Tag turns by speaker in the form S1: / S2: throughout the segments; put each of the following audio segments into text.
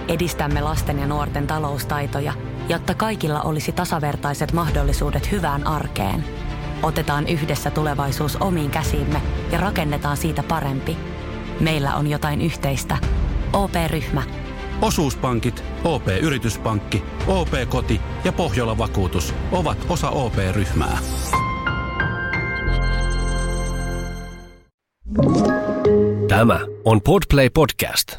S1: Edistämme lasten ja nuorten taloustaitoja, jotta kaikilla olisi tasavertaiset mahdollisuudet hyvään arkeen. Otetaan yhdessä tulevaisuus omiin käsiimme ja rakennetaan siitä parempi. Meillä on jotain yhteistä. OP-ryhmä.
S2: Osuuspankit, OP-yrityspankki, OP-koti ja Pohjola-vakuutus ovat osa OP-ryhmää.
S3: Tämä on Podplay Podcast.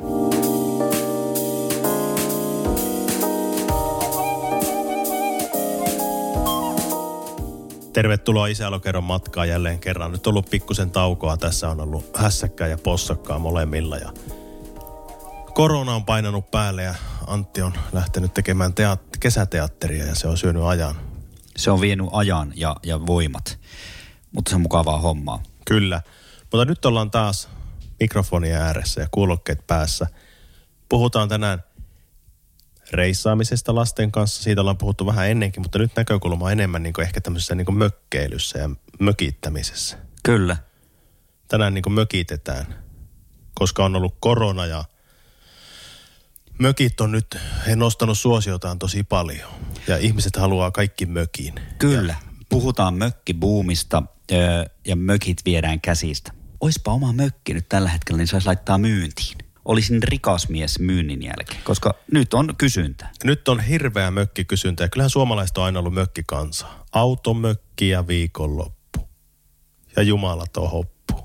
S4: Tervetuloa Isä-Lokeron matkaan jälleen kerran. Nyt on ollut pikkusen taukoa. Tässä on ollut hässäkkää ja possakkaa molemmilla. Ja korona on painanut päälle ja Antti on lähtenyt tekemään kesäteatteria ja se on syönyt ajan.
S5: Se on vienyt ajan ja voimat, mutta se on mukavaa hommaa.
S4: Kyllä, mutta nyt ollaan taas mikrofonia ääressä ja kuulokkeet päässä. Puhutaan tänään reissaamisesta lasten kanssa. Siitä ollaan puhuttu vähän ennenkin, mutta nyt näkökulma on enemmän niin kuin ehkä tämmöisessä niin kuin mökkeilyssä ja mökittämisessä.
S5: Kyllä.
S4: Tänään niin kuin mökitetään, koska on ollut korona ja mökit on nyt nostanut suosiotaan tosi paljon. Ja ihmiset haluaa kaikki mökiin.
S5: Kyllä. Puhutaan mökkibuumista ja mökit viedään käsistä. Oispa oma mökki nyt tällä hetkellä, niin saisi laittaa myyntiin. Olisin rikas mies myynnin jälkeen, koska nyt on kysyntä.
S4: Nyt on hirveä mökkikysyntä ja kyllähän suomalaiset on aina ollut mökkikansa. Automökki ja viikonloppu. Ja jumalaton hoppu.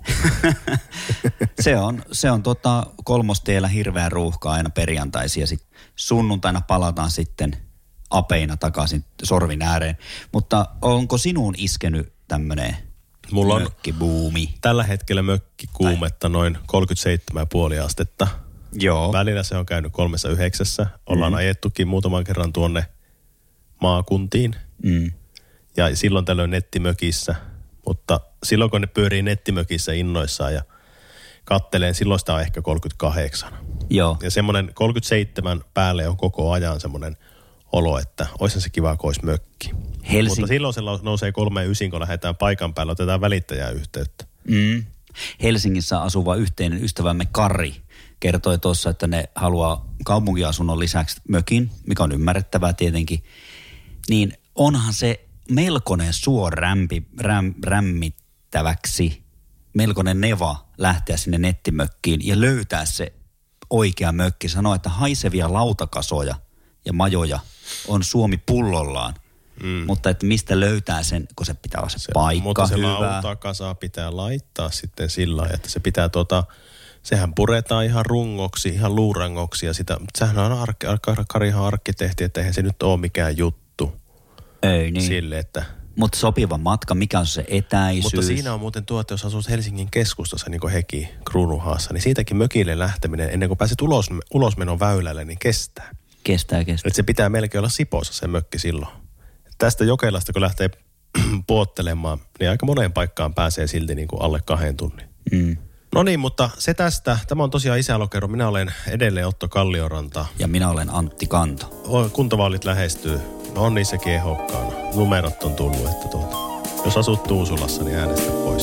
S5: se on Kolmostiellä hirveä ruuhka aina perjantaisin ja sitten sunnuntaina palataan sitten apeina takaisin sorvin ääreen. Mutta onko sinuun iskenyt tämmöinen mökkibuumi?
S4: Tällä hetkellä mökkikuumetta noin 37,5 astetta.
S5: Joo.
S4: Välillä se on käynyt 39. Ollaan ajettukin muutaman kerran tuonne maakuntiin. Ja silloin tällöin nettimökissä. Mutta silloin kun ne pyörii nettimökissä innoissaan ja katteleen, silloin sitä on ehkä 38.
S5: Joo.
S4: Ja semmoinen 37 päälle on koko ajan semmoinen olo, että olisihan se kiva, kun olisi mökki. Mutta silloin se nousee 39, kun lähdetään paikan päälle, otetaan välittäjää yhteyttä.
S5: Helsingissä asuva yhteinen ystävämme Kari kertoi tuossa, että ne haluaa kaupunkiasunnon lisäksi mökin, mikä on ymmärrettävää tietenkin. Niin onhan se melkoinen suo rämmittäväksi, melkoinen neva lähteä sinne nettimökkiin ja löytää se oikea mökki. Sanoo, että haisevia lautakasoja ja majoja on Suomi pullollaan. Mutta että mistä löytää sen, kun se pitää olla se paikka
S4: mutta se
S5: hyvä.
S4: lautakasa pitää laittaa sitten sillä lailla, että se pitää sehän puretaan ihan rungoksi, ihan luurangoksi ja sehän on Karihan arkkitehti, että eihän se nyt ole mikään juttu.
S5: Ei niin.
S4: Sille, että
S5: mutta sopiva matka, mikä on se etäisyys?
S4: Mutta siinä on muuten että jos asut Helsingin keskustassa, niin kuin Heki Kruununhaassa, niin siitäkin mökille lähteminen, ennen kuin pääset ulosmenon väylälle, niin kestää.
S5: Kestää.
S4: Että se pitää melkein olla Sipoossa se mökki silloin. Tästä Jokelasta, kun lähtee puottelemaan, niin aika moneen paikkaan pääsee silti niin kuin alle 2 tunnin. No niin, mutta se tästä. Tämä on tosiaan Isä-Lokero. Minä olen edelleen Otto Kallioranta.
S5: Ja minä olen Antti Kanto.
S4: Kuntavaalit lähestyy. On niissäkin ehokkaana. Numerot on tullut, että jos asut Tuusulassa, niin äänestä pois.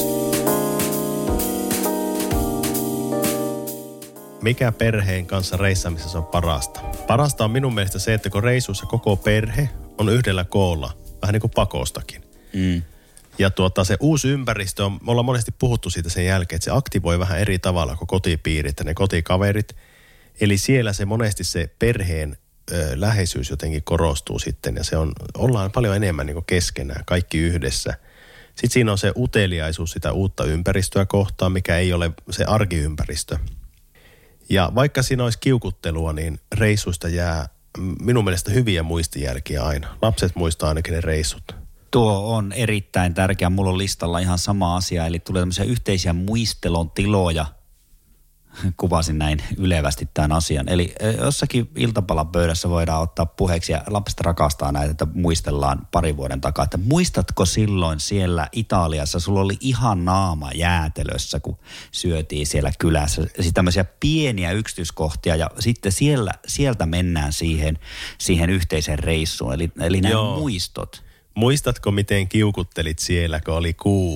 S4: Mikä perheen kanssa reissaamisessa on parasta? Parasta on minun mielestä se, että kun reissussa koko perhe on yhdellä koolla, vähän niin kuin pakostakin. Ja se uusi ympäristö, me ollaan monesti puhuttu siitä sen jälkeen, että se aktivoi vähän eri tavalla kuin kotipiirit ja ne kotikaverit. Eli siellä se monesti se perheen läheisyys jotenkin korostuu sitten ja ollaan paljon enemmän niin kuin keskenään, kaikki yhdessä. Sitten siinä on se uteliaisuus sitä uutta ympäristöä kohtaan, mikä ei ole se arkiympäristö. Ja vaikka siinä olisi kiukuttelua, niin reissuista jää minun mielestä hyviä muistijälkiä aina. Lapset muistaa ainakin ne reissut.
S5: Tuo on erittäin tärkeä. Mulla on listalla ihan sama asia, eli tulee tämmöisiä yhteisiä muistelon tiloja. Kuvasin näin ylevästi tämän asian. Eli jossakin iltapalapöydässä voidaan ottaa puheeksi ja lapset rakastaa näitä, että muistellaan 2 vuoden takaa. Että muistatko silloin siellä Italiassa, sulla oli ihan naama jäätelössä, kun syötiin siellä kylässä. Siis tämmöisiä pieniä yksityiskohtia ja sitten sieltä mennään siihen yhteiseen reissuun. Eli nämä muistot.
S4: Muistatko, miten kiukuttelit siellä, kun oli kuuma?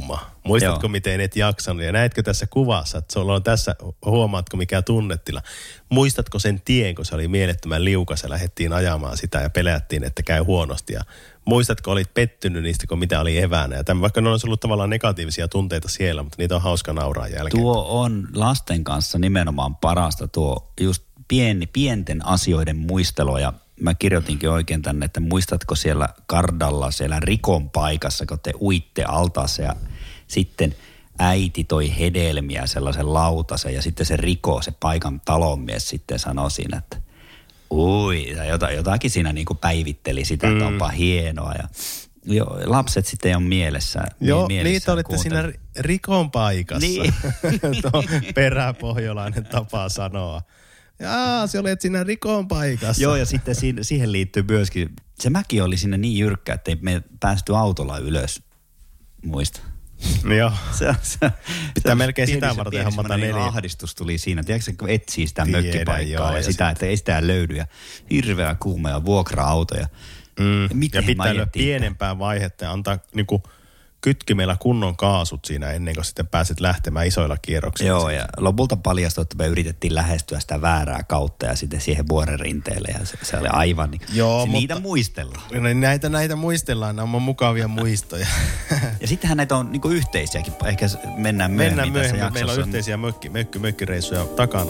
S4: Muistatko, miten et jaksanut? Ja näetkö tässä kuvassa, että sulla on tässä, huomaatko mikä tunnetila? Muistatko sen tien, kun se oli mielettömän liukas ja lähdettiin ajamaan sitä ja pelättiin, että käy huonosti? Ja muistatko, olit pettynyt niistä, kun mitä oli eväänä? Ja vaikka ne on ollut tavallaan negatiivisia tunteita siellä, mutta niitä on hauska nauraa jälkeen.
S5: Tuo on lasten kanssa nimenomaan parasta, tuo just pienten asioiden muistelu. Ja mä kirjoitinkin oikein tänne, että muistatko siellä Kardalla, siellä Rikon paikassa, kun te uitte altaassa ja sitten äiti toi hedelmiä sellaisen lautasen ja sitten se Riko, se paikan talonmies sitten sanoi siinä, että jotakin siinä niin kuin päivitteli sitä, että onpa hienoa ja lapset sitten on mielessä.
S4: Joo, niitä olitte siinä Rikon paikassa. Niin. Tuo peräpohjolainen tapa sanoa. Jaa, se olet siinä Rikon paikassa.
S5: Joo, ja sitten siihen liittyy myöskin, se mäki oli sinne niin jyrkkä, että ei me päästy autolla ylös, muista.
S4: Joo. Pitää melkein sitä varten hommata 4.
S5: Ahdistus tuli siinä. Tiedätkö, kun etsii sitä mökkipaikkaa ja sitä, että ei sitä löydy. Ja hirveä kuuma ja vuokra-autoja.
S4: Ja pitää olla pienempää vaihetta ja antaa niinku kytkimellä kunnon kaasut siinä ennen kuin sitten pääset lähtemään isoilla kierroksilla.
S5: Joo, ja lopulta paljastui, että me yritettiin lähestyä sitä väärää kautta ja sitten siihen vuoren rinteelle. Ja se oli aivan niin. Joo, mutta niitä muistellaan.
S4: Näitä muistellaan, nämä on mukavia muistoja.
S5: Ja sittenhän näitä on niinku yhteisiäkin. Ehkä mennään myöhemmin tässä jaksossa.
S4: Meillä on yhteisiä mökkireissuja takana.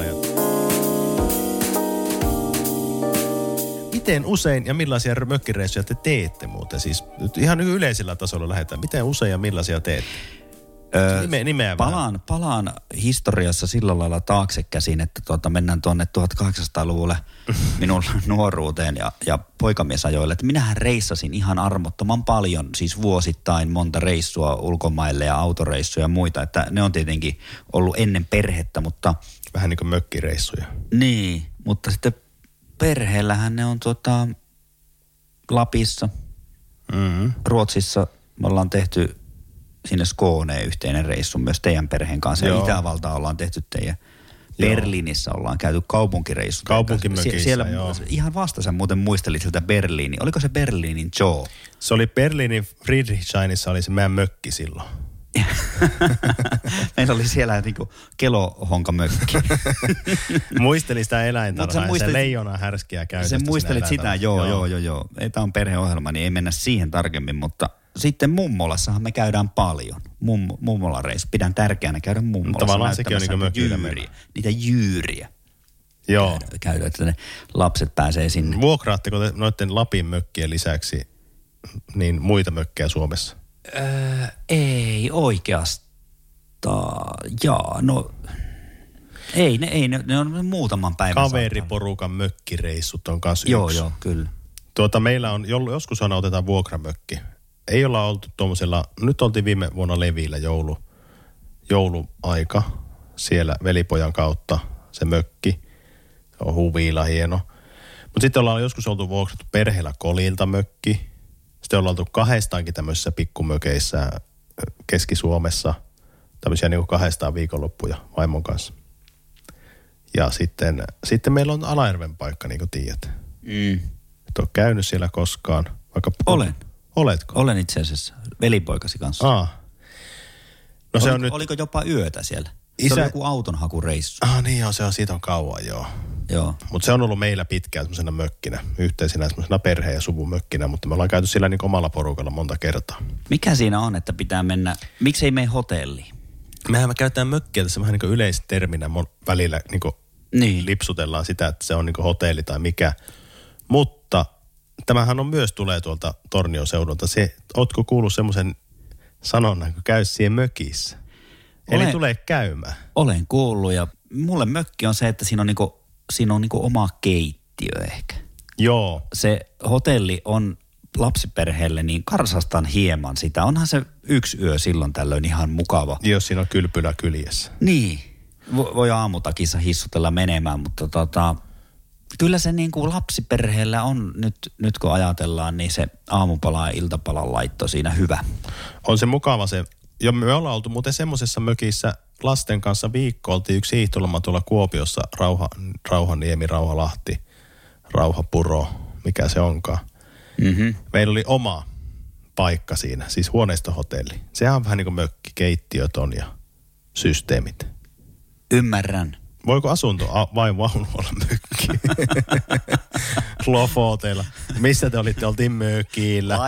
S4: Miten usein ja millaisia mökkireissuja te teette muuten? Siis ihan yleisellä tasolla lähdetään. Miten usein ja millaisia teette? Nimeä
S5: palaan historiassa sillä lailla taakse käsin, että mennään tuonne 1800-luvulle minun nuoruuteen ja poikamiesajoille. Että minähän reissasin ihan armottoman paljon, siis vuosittain monta reissua ulkomaille ja autoreissuja ja muita. Että ne on tietenkin ollut ennen perhettä, mutta...
S4: Vähän niin kuin mökkireissuja.
S5: Niin, mutta sitten perheellähän ne on Lapissa, Ruotsissa me ollaan tehty sinne Skåneen yhteinen reissu myös teidän perheen kanssa. Joo. Ja Itävaltaa ollaan tehty teidän. Berliinissä ollaan käyty kaupunkireissu.
S4: Kaupunkimökissä,
S5: siellä
S4: joo.
S5: Ihan vasta sä muuten muistelit siltä Berliini. Oliko se Berliinin Joe?
S4: Se oli Berliinin Friedrichshainissa oli se meidän mökki silloin.
S5: Meillä oli siellä niinku kelohonkamökki.
S4: Muistelin sitä eläintarhaa ja se leijona härskiä käytöstä.
S5: Sä muistelit sitä, joo. Tämä on perheohjelma, niin ei mennä siihen tarkemmin, mutta sitten mummolassahan me käydään paljon. Mummolareissa. Pidän tärkeänä käydä mummolassa.
S4: Tavallaan sekin on niinku mökillä.
S5: Niitä jyyriä.
S4: Joo.
S5: Käydään, että ne lapset pääsee sinne.
S4: Vuokraatteko te noiden Lapin mökkien lisäksi niin muita mökkejä Suomessa?
S5: Ei oikeastaan. Ei ne on muutaman päivän.
S4: Kaveriporukan mökkireissut on kanssa yksi.
S5: Joo, kyllä.
S4: Meillä on, joskus aina otetaan vuokramökki. Ei olla oltu tuommoisella, nyt oltiin viime vuonna Levillä jouluaika siellä velipojan kautta se mökki. Se on huvila hieno. Mutta sitten ollaan joskus oltu vuokrattu perheellä Kolilta mökki. Sitten ollaan oltu kahdestaankin tämmöisissä pikkumökeissä Keski-Suomessa. Tämmöisiä niin kuin 200 viikonloppuja vaimon kanssa. Ja sitten meillä on Alajärven paikka, niin kuin tiedät. Et ole käynyt siellä koskaan.
S5: Olen.
S4: Oletko?
S5: Olen itse asiassa velipoikasi kanssa.
S4: No se on nyt...
S5: Oliko jopa yötä siellä? Se oli joku autonhakureissu.
S4: Niin joo, siitä on kauan, joo. Mutta se on ollut meillä pitkään semmoisena mökkinä, yhteisenä semmoisena perhe- ja suvumökkinä, mutta me ollaan käyty siellä niin omalla porukalla monta kertaa.
S5: Mikä siinä on, että pitää mennä, miksei mene hotelliin?
S4: Mehän käytetään mökkiä tässä vähän niin kuin yleisterminä välillä niin. Lipsutellaan sitä, että se on niin kuin hotelli tai mikä. Mutta tämähän on myös tulee tuolta Tornion seudulta. Ootko kuullut semmoisen sanonnan, kun käy siihen mökissä? Eli tulee käymään.
S5: Olen kuullut ja mulle mökki on se, että siinä on niinku oma keittiö ehkä.
S4: Joo.
S5: Se hotelli on lapsiperheelle, niin karsastan hieman sitä. Onhan se yksi yö silloin tällöin ihan mukava.
S4: Jos siinä on kylpylä kyljessä.
S5: Niin. Voi aamutakissa hissutella menemään, mutta kyllä se niin kuin lapsiperheellä on nyt kun ajatellaan, niin se aamupala ja iltapalan laitto siinä hyvä.
S4: On se mukava se. Ja me ollaan oltu muuten semmoisessa mökissä lasten kanssa viikko. Oltiin yksi hiihtoloma tuolla Kuopiossa, Rauhaniemi, Rauhalahti, Rauhapuro, mikä se onkaan. Meillä oli oma paikka siinä, siis huoneistohotelli. Sehän on vähän niin kuin mökki, keittiöt on ja systeemit.
S5: Ymmärrän.
S4: Voiko asunto vai vaunu olla mökki? Lofoteilla. Missä te olitte? Oltiin mökillä.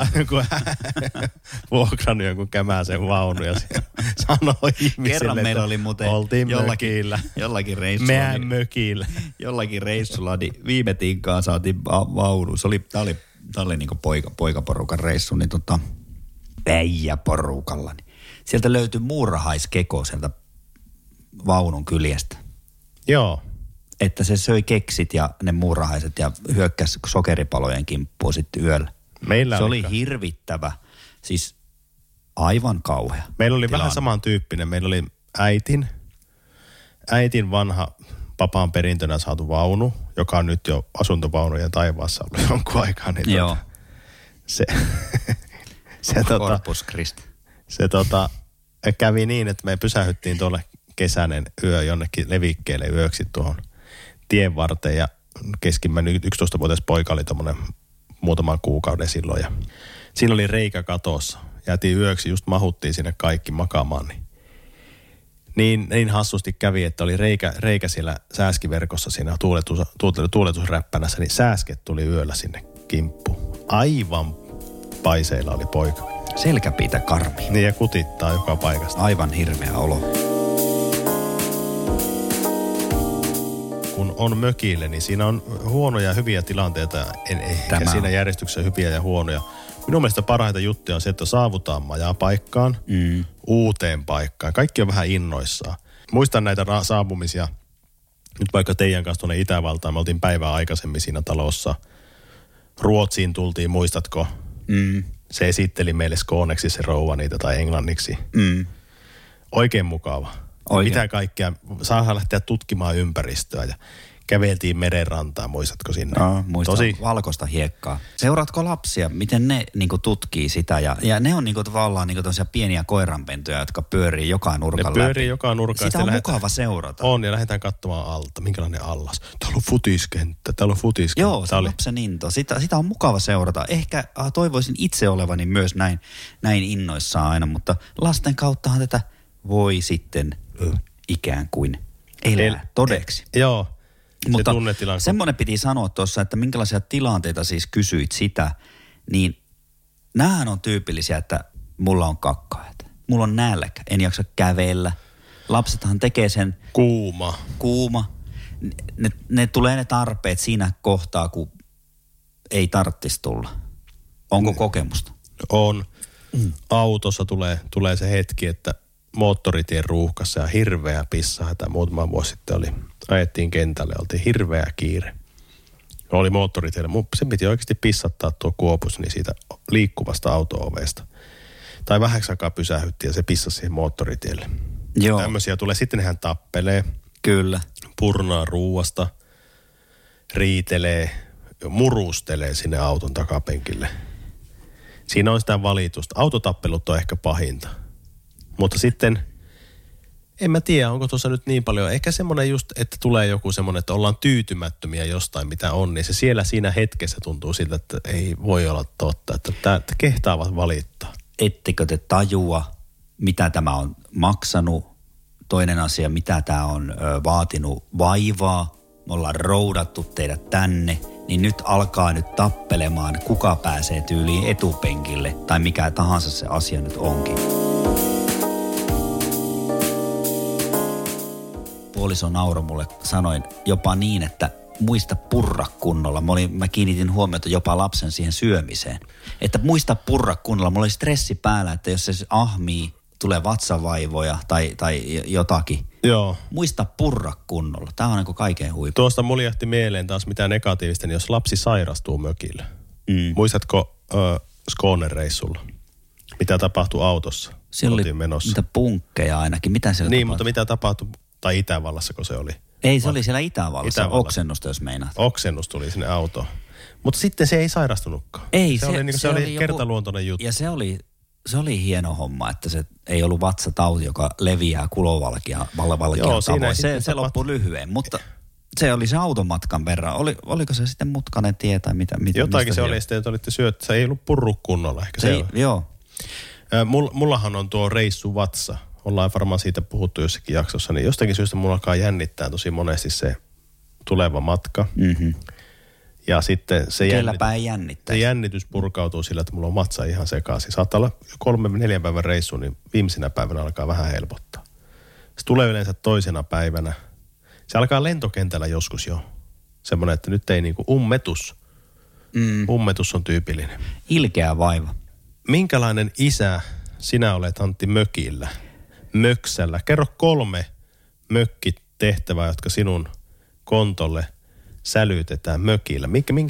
S4: Vuokrannut jonkun Kämäsen vaunu ja sanoi ihmisille,
S5: kerran meillä oli muuten
S4: oltiin mökillä.
S5: Jollakin reissulla.
S4: Mehän mökillä.
S5: Jollakin reissulla, niin viime tinkaan saatiin vaunu. Tämä oli niin kuin poikaporukan reissu, niin äijäporukalla. Niin sieltä löytyi muurahaiskeko sieltä vaunun kyljestä.
S4: Joo.
S5: Että se söi keksit ja ne muurahaiset ja hyökkäsi sokeripalojen kimppuun sitten yöllä. Se oli hirvittävä, siis aivan kauhea.
S4: Meillä oli vähän samantyyppinen. Meillä oli äitin vanha papaan perintönä saatu vaunu, joka on nyt jo asuntovaunujen taivaassa ollut jonkun aikaa. Niin
S5: joo.
S4: Corpus Christi. Se kävi niin, että me pysähyttiin tuolle kesäinen yö jonnekin levikkeelle yöksi tuohon tien varteen ja keskimmäinen 11-vuotias poika oli tommonen muutaman kuukauden silloin ja siinä oli reikä katossa. Jäätiin yöksi, just mahuttiin sinne kaikki makaamaan, niin hassusti kävi, että oli reikä siellä sääskiverkossa siinä tuuletusräppänässä, niin sääsket tuli yöllä sinne kimppuun. Aivan paiseilla oli poika.
S5: Selkäpiitä karmi.
S4: Niin ja kutittaa joka paikasta.
S5: Aivan hirveä olo.
S4: Kun on mökille, niin siinä on huonoja ja hyviä tilanteita. Ehkä siinä järjestyksessä hyviä ja huonoja. Minun mielestä parhaita juttuja on se, että saavutaan majapaikkaan, uuteen paikkaan. Kaikki on vähän innoissaan. Muistan näitä saapumisia. Nyt vaikka teidän kanssa tuonne Itävaltaan, me oltiin päivää aikaisemmin siinä talossa. Ruotsiin tultiin, muistatko? Se esitteli meille skooneksi se rouva niitä tai englanniksi. Oikein mukava. Oikein. Mitä kaikkea. Saadaan lähteä tutkimaan ympäristöä ja käveltiin merenrantaan, muistatko sinne?
S5: Muistan. Valkoista hiekkaa. Seuraatko lapsia, miten ne niinku tutkii sitä? Ja ne on niinku tavallaan niinku pieniä koiranpentuja, jotka pyörii joka nurkan läpi.
S4: Ne pyörii joka nurkan.
S5: Sitä on mukava seurata.
S4: On, ja lähdetään katsomaan alta. Minkälainen allas? Täällä on futiskenttä,
S5: Joo, se on lapsen into. Sitä on mukava seurata. Ehkä toivoisin itse olevani myös näin innoissaan aina, mutta lasten kauttahan tätä voi sitten ikään kuin elää todeksi.
S4: Joo.
S5: Mutta semmoinen piti sanoa tuossa, että minkälaisia tilanteita siis kysyit sitä, niin näähän on tyypillisiä, että mulla on kakkaajat, mulla on nälkä, en jaksa kävellä. Lapsethan tekee sen kuuma. Ne tulee ne tarpeet siinä kohtaa, kun ei tarvitsisi tulla. Onko kokemusta?
S4: On. Autossa tulee se hetki, että moottoritien ruuhkassa ja hirveä pissahätä. Muutama vuosi sitten ajettiin kentälle, oltiin hirveä kiire. Oli moottoritielle. Se piti oikeasti pissattaa tuo kuopus niin siitä liikkuvasta auto-ovesta. Tai vähäksi aikaa pysähytti ja se pissasi siihen moottoritielle.
S5: Joo.
S4: Tämmöisiä tulee. Sitten nehän tappelee.
S5: Kyllä.
S4: Purnaa ruuasta. Riitelee. Murustelee sinne auton takapenkille. Siinä on sitä valitusta. Autotappelut on ehkä pahinta. Mutta sitten, en mä tiedä, onko tuossa nyt niin paljon. Ehkä semmoinen just, että tulee joku semmoinen, että ollaan tyytymättömiä jostain, mitä on. Niin se siellä siinä hetkessä tuntuu siltä, että ei voi olla totta. Että kehtaavat valittaa.
S5: Ettekö te tajua, mitä tämä on maksanut? Toinen asia, mitä tämä on vaatinut vaivaa. Me ollaan roudattu teidät tänne. Niin nyt alkaa tappelemaan, kuka pääsee tyyliin etupenkille. Tai mikä tahansa se asia nyt onkin. Puoliso nauroi mulle, sanoin jopa niin, että muista purra kunnolla. Mä kiinnitin huomiota jopa lapsen siihen syömiseen. Että muista purra kunnolla. Mulla oli stressi päällä, että jos se ahmii, tulee vatsavaivoja tai jotakin.
S4: Joo.
S5: Muista purra kunnolla. Tämä on niin kuin kaiken huippu.
S4: Tuosta muljahti mieleen taas mitään negatiivista, niin jos lapsi sairastuu mökillä. Muistatko Skåne-reissulla? Mitä tapahtui autossa?
S5: Siellä oli niitä punkkeja ainakin. Mitä siellä tapahtui?
S4: Mutta mitä tapahtui? Tai Itävallassa, kun se oli?
S5: Ei, se oli siellä Itävallassa. Oksennusta, jos meinaat.
S4: Oksennus tuli sinne autoon. Mutta sitten se ei sairastunutkaan.
S5: Ei,
S4: se oli kertaluontoinen juttu.
S5: Ja se oli hieno homma, että se ei ollut vatsatauti, joka leviää kulovalkean tavoin. Se loppui lyhyen, mutta Se oli se automatkan verran. Oliko se sitten mutkainen tie tai mitä?
S4: Jotakin se oli sitten, että olitte syöttä. Se ei ollut purru kunnolla ehkä se.
S5: Joo.
S4: Mullahan on tuo reissuvatsa. Ollaan varmaan siitä puhuttu jossakin jaksossa. Niin jostakin syystä mulla alkaa jännittää tosi monesti se tuleva matka.
S5: Mm-hmm.
S4: Ja sitten se
S5: jännitys
S4: purkautuu sillä, että mulla on vatsa ihan sekaisin. Saattaa olla 3-4 päivän reissu, niin viimeisenä päivänä alkaa vähän helpottaa. Se tulee yleensä toisena päivänä. Se alkaa lentokentällä joskus jo. Semmoinen, että nyt ei niinku ummetus. Ummetus on tyypillinen.
S5: Ilkeä vaiva.
S4: Minkälainen isä sinä olet, Antti, mökillä? Möksällä. Kerro 3 mökkitehtävää, jotka sinun kontolle sälytetään mökillä.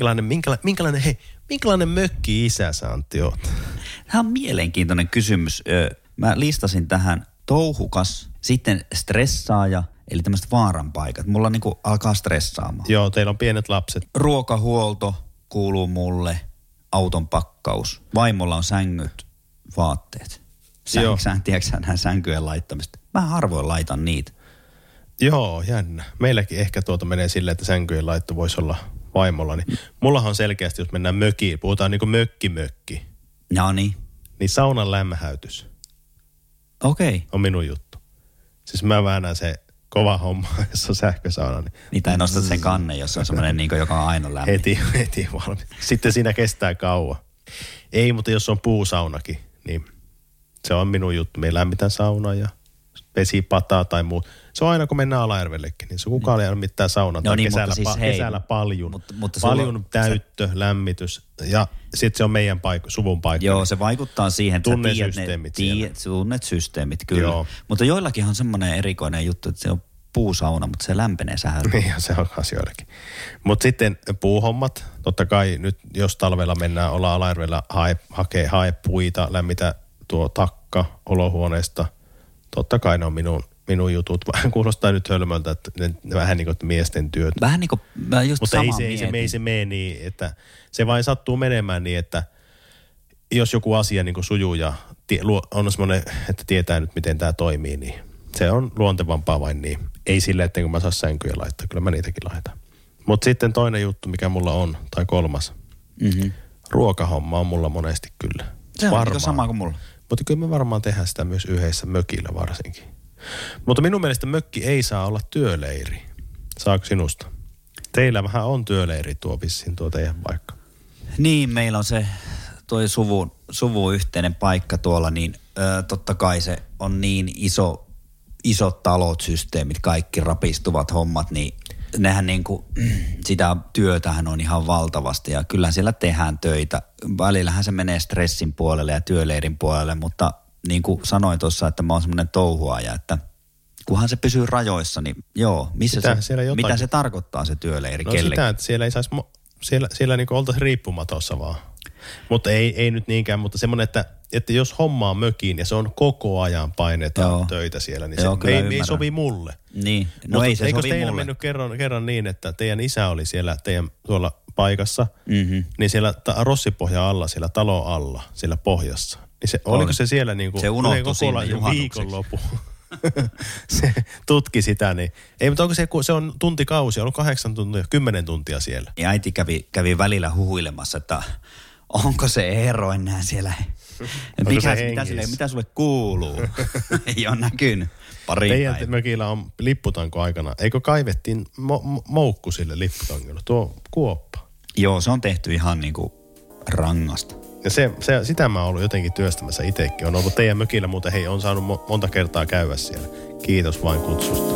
S4: Minkälainen mökki-isä sä, Antti, oot?
S5: Tämä on mielenkiintoinen kysymys. Mä listasin tähän touhukas, sitten stressaaja, eli tämmöiset vaaranpaikat. Mulla niinku alkaa stressaamaan.
S4: Joo, teillä on pienet lapset.
S5: Ruokahuolto kuuluu mulle, auton pakkaus. Vaimolla on sängyt, vaatteet. Tiedätkö nämä sänkyjen laittamista? Mä harvoin laitan niitä.
S4: Joo, jännä. Meilläkin ehkä menee silleen, että sänkyjen laitto voisi olla vaimolla. Niin mullahan on selkeästi, jos mennään mökiin, puhutaan niinku mökki.
S5: No niin.
S4: Niin saunan lämmähäytys.
S5: Okei.
S4: On minun juttu. Siis mä väännän se kova homma, jos on sähkösauna.
S5: Niin tai nostat sen kannen, jos on semmoinen niin joka on aina lämmin.
S4: Heti valmis. Sitten siinä kestää kauan. Ei, mutta jos on puusaunakin, niin se on minun juttu. Me lämmitään saunaa ja vesipataa tai muut. Se on aina, kun mennään Alajärvellekin, niin se kukaan ei lämmittää saunaa.
S5: No niin,
S4: kesällä paljon. Paljon täyttö, lämmitys ja sitten se on meidän suvun paikka.
S5: Joo, se vaikuttaa siihen, että
S4: tunnet
S5: systeemit, kyllä. Joo. Mutta joillakin on semmoinen erikoinen juttu, että se on puusauna, mutta se lämpenee sähällä.
S4: Niin, se on asioillakin. Mutta sitten puuhommat, totta kai nyt jos talvella mennään olla Alajärvellä hakee haepuita, lämmitä tuo takka olohuoneesta. Totta kai ne on minun jutut. Kuulostaa nyt hölmöltä, että ne vähän niin kuin miesten työt.
S5: Vähän niin kuin mä just
S4: mutta ei se mene niin, että se vain sattuu menemään niin, että jos joku asia niin kuin sujuu ja on semmoinen, että tietää nyt miten tämä toimii, niin se on luontevampaa vain niin. Ei sille, että kun mä saa sänkyjä laittaa, kyllä mä niitäkin laitan. Mutta sitten toinen juttu, mikä mulla on, tai 3. Ruokahomma on mulla monesti kyllä.
S5: Se on niin sama kuin mulla.
S4: Mutta kyllä me varmaan tehdään sitä myös yhdessä mökillä varsinkin. Mutta minun mielestä mökki ei saa olla työleiri. Saako sinusta? Teillä vähän on työleiri vissiin tuo teidän paikka.
S5: Niin, meillä on se suvun yhteinen paikka tuolla, niin totta kai se on niin isot talot, systeemit, kaikki rapistuvat hommat, niin nehän niinku, sitä työtähän on ihan valtavasti ja kyllä siellä tehdään töitä. Välillähän se menee stressin puolelle ja työleirin puolelle, mutta niin kuin sanoin tuossa, että mä oon semmoinen touhuaja, että kunhan se pysyy rajoissa, niin joo, mitä se tarkoittaa se työleiri kellekin?
S4: Sitä, että siellä ei saisi, siellä niin kuin oltaisiin riippumatossa vaan. Mutta ei nyt niinkään, mutta semmoinen, että jos hommaa mökiin ja se on koko ajan painetaan töitä siellä, niin joo, se ei sovi mulle.
S5: Niin, no ei se sovi mulle.
S4: Eikö teillä mennyt kerran niin, että teidän isä oli siellä teidän tuolla paikassa, niin siellä rossipohjan alla, siellä talon alla, siellä pohjassa. Niin oliko se siellä niin kuin
S5: se unohtui sinne
S4: viikonloppu? Se tutki sitä, niin ei, mutta onko se on tuntikausi, on ollut 8 tuntia, 10 tuntia siellä.
S5: Ja äiti kävi välillä huhuilemassa, että onko se Eero enää siellä? Mitä sulle kuuluu? Ei ole näkynyt.
S4: Teidän mökillä on lipputanko aikana. Eikö kaivettiin moukku sille lipputangille, tuo kuoppa?
S5: Joo, se on tehty ihan niin kuin rangasta.
S4: Ja sitä mä oon ollut jotenkin työstämässä itsekin. On ollut teidän mökillä, mutta hei, on saanut monta kertaa käydä siellä. Kiitos vain kutsusta.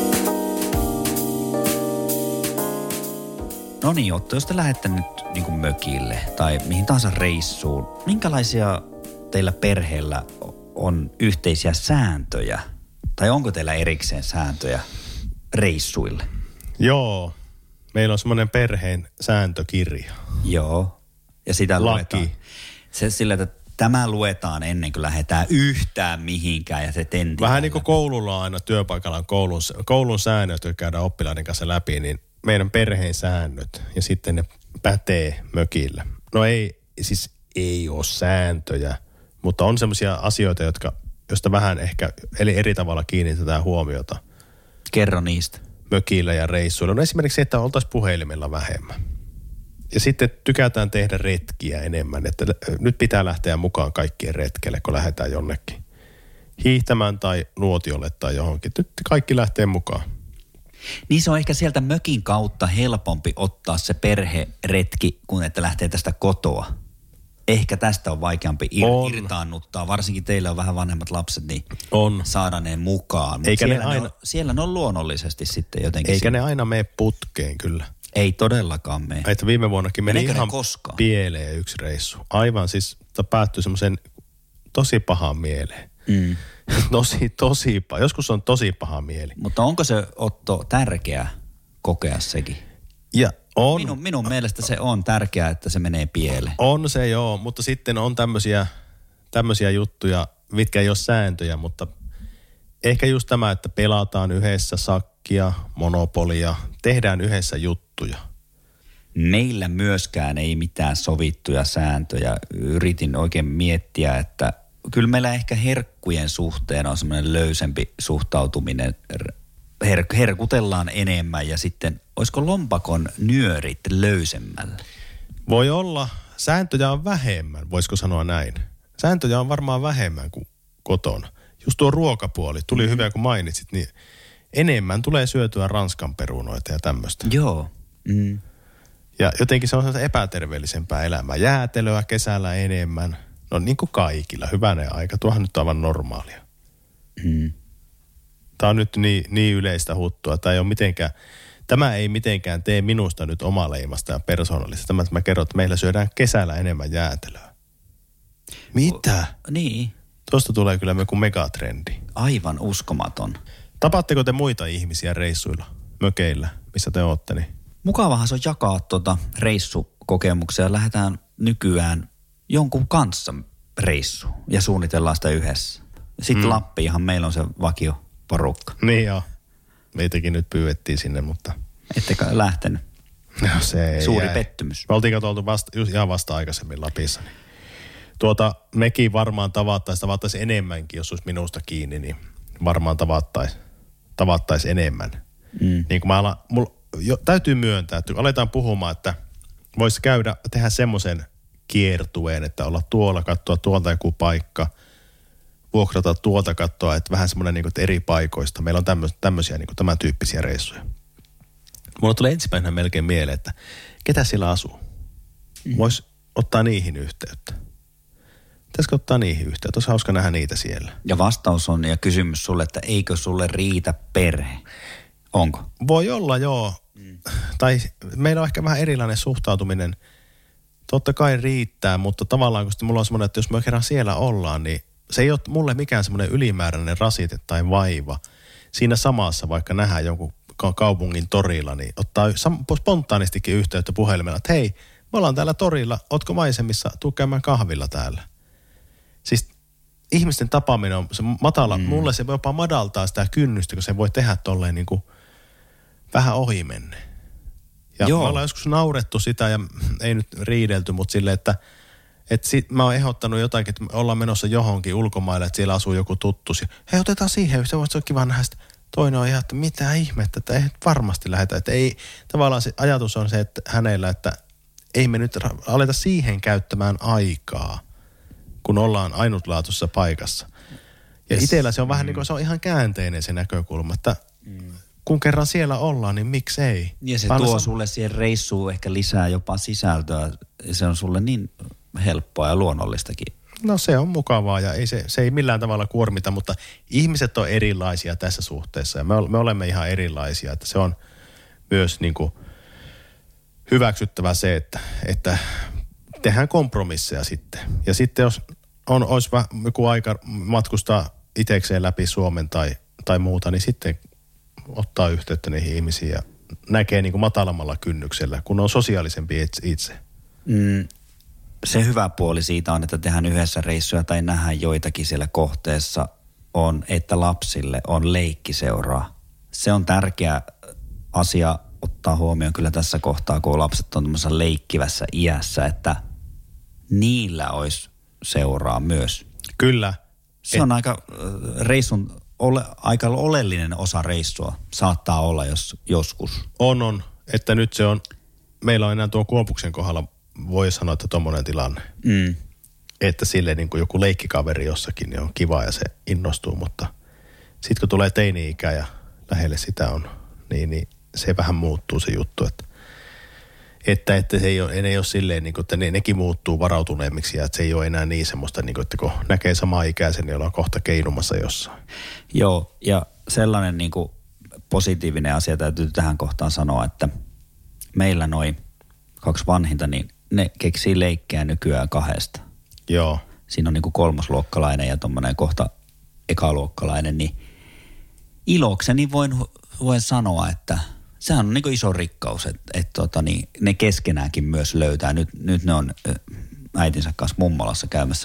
S5: No niin, Otto, jos te lähdette nyt niin kuin mökille tai mihin tahansa reissuun, minkälaisia teillä perheellä on yhteisiä sääntöjä? Tai onko teillä erikseen sääntöjä reissuille?
S4: Joo, meillä on semmoinen perheen sääntökirja.
S5: Joo. Ja sitä luetaan. Se sillä, että tämä luetaan ennen kuin lähdetään yhtään mihinkään ja se tentti.
S4: Vähän niin kuin koululla on aina työpaikalla on koulun säännöt, jotka käydään oppilaiden kanssa läpi, niin meidän perheen säännöt ja sitten ne pätee mökillä. No ei ole sääntöjä, mutta on semmoisia asioita, joista vähän ehkä eli eri tavalla kiinnitetään huomiota.
S5: Kerro niistä.
S4: mökillä ja reissuilla. No esimerkiksi se, että oltaisiin puhelimella vähemmän. Ja sitten tykätään tehdä retkiä enemmän, että nyt pitää lähteä mukaan kaikkien retkelle, kun lähdetään jonnekin hiihtämään tai nuotiolle tai johonkin. Nyt kaikki lähtee mukaan.
S5: Niin se on ehkä sieltä mökin kautta helpompi ottaa se perheretki, kun että lähtee tästä kotoa. Ehkä tästä on vaikeampi irtaannuttaa, varsinkin teillä on vähän vanhemmat lapset, niin saada ne mukaan.
S4: Eikä siellä, ne aina,
S5: siellä ne on luonnollisesti sitten jotenkin.
S4: Eikä ne aina mene putkeen kyllä.
S5: Ei todellakaan mene.
S4: Että viime vuonnakin meni ihan
S5: koskaan
S4: pieleen yksi reissu. Aivan siis päättyi semmoisen tosi pahaan mieleen. Tosi paha. Joskus on tosi paha mieli.
S5: Mutta onko se, Otto, tärkeää kokea sekin?
S4: Ja on.
S5: Minun mielestä se on tärkeää, että se menee pieleen.
S4: On se joo, mutta sitten on tämmöisiä juttuja, mitkä ei ole sääntöjä, mutta ehkä just tämä, että pelataan yhdessä sakkia, monopolia, tehdään yhdessä juttuja.
S5: Meillä myöskään ei mitään sovittuja sääntöjä. Yritin oikein miettiä, että kyllä meillä ehkä herkkujen suhteen on semmoinen löysempi suhtautuminen. Herkutellaan enemmän ja sitten olisiko lompakon nyörit löysemmällä? Voi
S4: olla. Sääntöjä on vähemmän, voisiko sanoa näin. Sääntöjä on varmaan vähemmän kuin kotona. Just tuo ruokapuoli, tuli hyvä kun mainitsit, niin enemmän tulee syötyä ranskan perunoita ja tämmöistä.
S5: Joo.
S4: Ja jotenkin se on sellaista epäterveellisempää elämää. Jäätelöä kesällä enemmän. No niin kuin kaikilla, hyvänen aika. Tuohan nyt on aivan normaalia. Tämä on nyt niin yleistä huttua. Tämä ei mitenkään tee minusta nyt omaleimasta ja persoonallista. Tämä, että mä kerron, että meillä syödään kesällä enemmän jäätelöä. Mitä?
S5: Niin.
S4: Tuosta tulee kyllä joku megatrendi.
S5: Aivan uskomaton.
S4: Tapaatteko te muita ihmisiä reissuilla, mökeillä, missä te ootte? Niin?
S5: Mukavahan se on jakaa reissukokemuksia. Lähdetään nykyään jonkun kanssa reissuun ja suunnitellaan sitä yhdessä. Sitten Lappiinhan meillä on se vakio porukka.
S4: Niin joo. Meitäkin nyt pyydettiin sinne, mutta...
S5: Ettekä lähtenyt?
S4: No se ei
S5: suuri pettymys.
S4: Me oltiin oltu ihan vasta aikaisemmin Lapissa. Niin. Mekin varmaan tavattaisiin enemmänkin, jos olisi minusta kiinni, niin varmaan tavattaisiin enemmän. Niin kun täytyy myöntää, että kun aletaan puhumaan, että voisi tehdä semmoisen kiertueen, että olla tuolla, katsoa tuolta joku paikka, vuokrata tuolta katsoa, että vähän semmoinen niin kuin eri paikoista. Meillä on tämmöisiä niin kuin tämän tyyppisiä reissuja. Mulla tulee ensimmäisenä melkein mieleen, että ketä siellä asuu? Voisi ottaa niihin yhteyttä. Pitäisikö ottaa niihin yhteyttä? Olisi hauska nähdä niitä siellä.
S5: Ja vastaus on ja kysymys sulle, että eikö sulle riitä perhe? Onko?
S4: Voi olla, joo. Tai meillä on ehkä vähän erilainen suhtautuminen. Totta kai riittää, mutta tavallaan kun mulla on semmoinen, että jos me kerran siellä ollaan, niin se ei ole mulle mikään semmoinen ylimääräinen rasite tai vaiva. Siinä samassa vaikka nähdään jonkun kaupungin torilla, niin ottaa spontaanistikin yhteyttä puhelimella, että hei, me ollaan täällä torilla, ootko maisemissa, tuu käymään kahvilla täällä. Siis ihmisten tapaaminen on se matala, mulle se voi jopa madaltaa sitä kynnystä, kun se voi tehdä tolleen niin kuin vähän ohi menne. Ja me ollaan joskus naurettu sitä ja ei nyt riidelty, mutta silleen, että mä oon ehdottanut jotakin, että me ollaan menossa johonkin ulkomaille, että siellä asuu joku tuttus. Hei, otetaan siihen, se on kiva nähdä sitä. Toinen on ihan, että mitä ihmettä, että ei varmasti lähdetä. Että ei, tavallaan se ajatus on se, että hänellä, että ei me nyt aleta siihen käyttämään aikaa, kun ollaan ainutlaatuisessa paikassa. Ja itsellä se on vähän niin kuin se on ihan käänteinen se näkökulma, että kun kerran siellä ollaan, niin miksei?
S5: Ja se tuo sulle siihen reissuun ehkä lisää jopa sisältöä. Se on sulle niin helppoa ja luonnollistakin.
S4: No se on mukavaa ja se ei millään tavalla kuormita, mutta ihmiset on erilaisia tässä suhteessa ja me olemme ihan erilaisia. Että se on myös niin kuin hyväksyttävä se, että tehdään kompromisseja sitten. Ja sitten jos olisi joku aika matkustaa itsekseen läpi Suomen tai muuta, niin sitten ottaa yhteyttä niihin ihmisiin ja näkee niin kuin matalammalla kynnyksellä, kun on sosiaalisempi itse.
S5: Se hyvä puoli siitä on, että tehdään yhdessä reissuja tai nähdään joitakin siellä kohteessa, on, että lapsille on leikkiseuraa. Se on tärkeä asia ottaa huomioon kyllä tässä kohtaa, kun lapset on tämmöisessä leikkivässä iässä, että niillä olisi seuraa myös.
S4: Kyllä.
S5: Se on aika reissun aika oleellinen osa reissua saattaa olla joskus.
S4: On. Että nyt se on, meillä on enää tuon Kuopuksen kohdalla, voi sanoa, että tommoinen tilanne. Että sille niin kuin joku leikkikaveri jossakin niin on kiva ja se innostuu, mutta sitten kun tulee teini-ikä ja lähelle sitä on, niin se vähän muuttuu se juttu, että se ei ole silleen, niin kuin, että nekin muuttuu varautuneemmiksi ja että se ei ole enää niin semmoista, niin kuin, että kun näkee samaa ikäisen, niin ollaan kohta keinumassa jossain.
S5: Joo, ja sellainen niin kuin positiivinen asia täytyy tähän kohtaan sanoa, että meillä noi 2 vanhinta, niin ne keksii leikkejä nykyään 2.
S4: Joo.
S5: Siinä on niin kuin 3-luokkalainen ja tommoinen kohta ekaluokkalainen, niin ilokseni voin sanoa, että sehän on niin kuin iso rikkaus, että ne keskenäänkin myös löytää. Nyt ne on äitinsä kanssa mummolassa käymässä,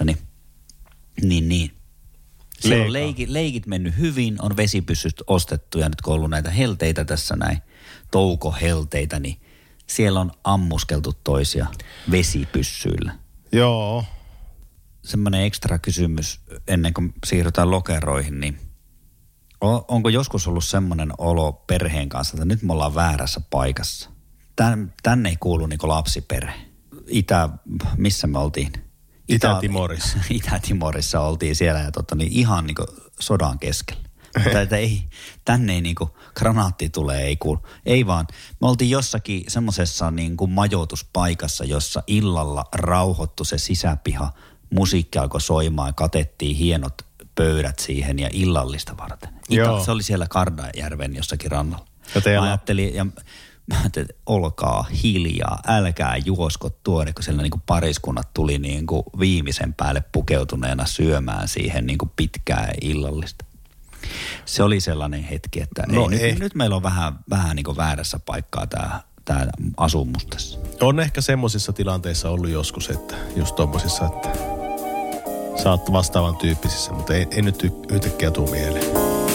S5: niin. Siellä on leikit mennyt hyvin, on vesipyssyt ostettu ja nyt kun on ollut näitä helteitä tässä näin, toukohelteitä, niin siellä on ammuskeltu toisia vesipyssyillä.
S4: Joo.
S5: Semmoinen ekstra kysymys ennen kuin siirrytään lokeroihin, niin onko joskus ollut semmoinen olo perheen kanssa, että nyt me ollaan väärässä paikassa? Tänne ei kuulu niin kuin lapsiperhe. Missä me oltiin?
S4: Itä-Timorissa.
S5: Itä-Timorissa oltiin siellä ja ihan niin kuin sodan keskellä. Tänne ei niin kuin granaatti tulee, ei kuulu. Ei vaan, me oltiin jossakin semmoisessa niin kuin majoituspaikassa, jossa illalla rauhoittu se sisäpiha. Musiikki alkoi soimaan ja katettiin hienot pöydät siihen ja illallista varten. Se oli siellä Kardajärven jossakin rannalla. Mä ajattelin, että olkaa hiljaa, älkää juosko tuonne, kun siellä niinku pariskunnat tuli niinku viimeisen päälle pukeutuneena syömään siihen niinku pitkää illallista. Se oli sellainen hetki, että nyt meillä on vähän niinku väärässä paikkaa tämä asumus tässä.
S4: On ehkä semmoisissa tilanteissa ollut joskus, että just tommosissa, että sä oot vastaavan tyyppisissä, mutta ei nyt yhtäkkiä tuu mieleen.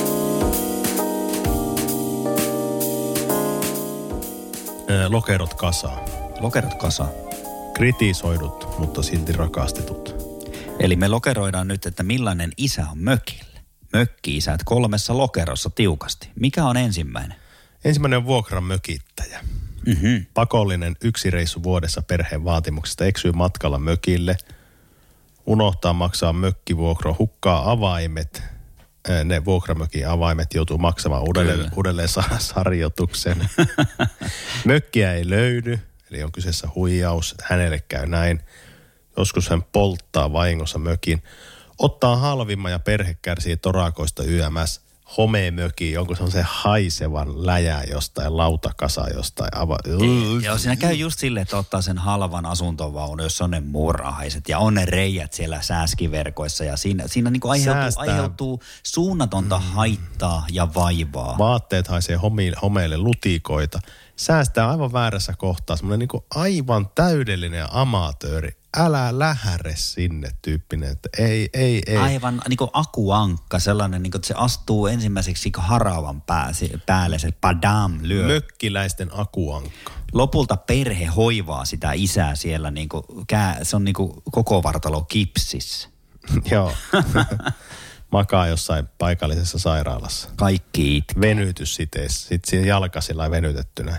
S4: Lokerot kasaan.
S5: Lokerot kasaan.
S4: Kritisoidut, mutta silti rakastetut.
S5: Eli me lokeroidaan nyt, että millainen isä on mökille. Mökki-isät 3 lokerossa tiukasti. Mikä on ensimmäinen?
S4: Ensimmäinen on vuokran mökittäjä.
S5: Mm-hmm.
S4: Pakollinen 1 reissu vuodessa perheen vaatimuksesta, eksyy matkalla mökille, unohtaa maksaa mökkivuokro, hukkaa avaimet. Ne vuokramökin avaimet joutuu maksamaan uudelleen sarjoituksen. Mökkiä ei löydy, eli on kyseessä huijaus. Hänelle käy näin. Joskus hän polttaa vahingossa mökin. Ottaa halvimman ja perhe kärsii torakoista YMS. Homeemöki, onko se on se haisevan läjää jostain, lautakasa jostain.
S5: Joo, siinä käy just silleen, että ottaa sen halvan asuntovaunu, jossa on ne murahaiset ja on ne reijät siellä sääskiverkoissa ja siinä niin kuin aiheutuu suunnatonta haittaa ja vaivaa.
S4: Vaatteet haisee homeille lutikoita. Säästää aivan väärässä kohtaa, semmoinen niin kuin aivan täydellinen amatööri. Älä lähäre sinne tyyppinen, että ei.
S5: Aivan niin kuin akuankka, sellainen, niin kuin, että se astuu ensimmäiseksi haravan päälle, se padam lyö.
S4: Mökkiläisten akuankka.
S5: Lopulta perhe hoivaa sitä isää siellä, niin kuin, se on niin kuin koko vartalo kipsissä.
S4: Joo. Makaa jossain paikallisessa sairaalassa.
S5: Kaikki itkee.
S4: Venytyssiteessä, sitten siinä jalkasilla venytettynä.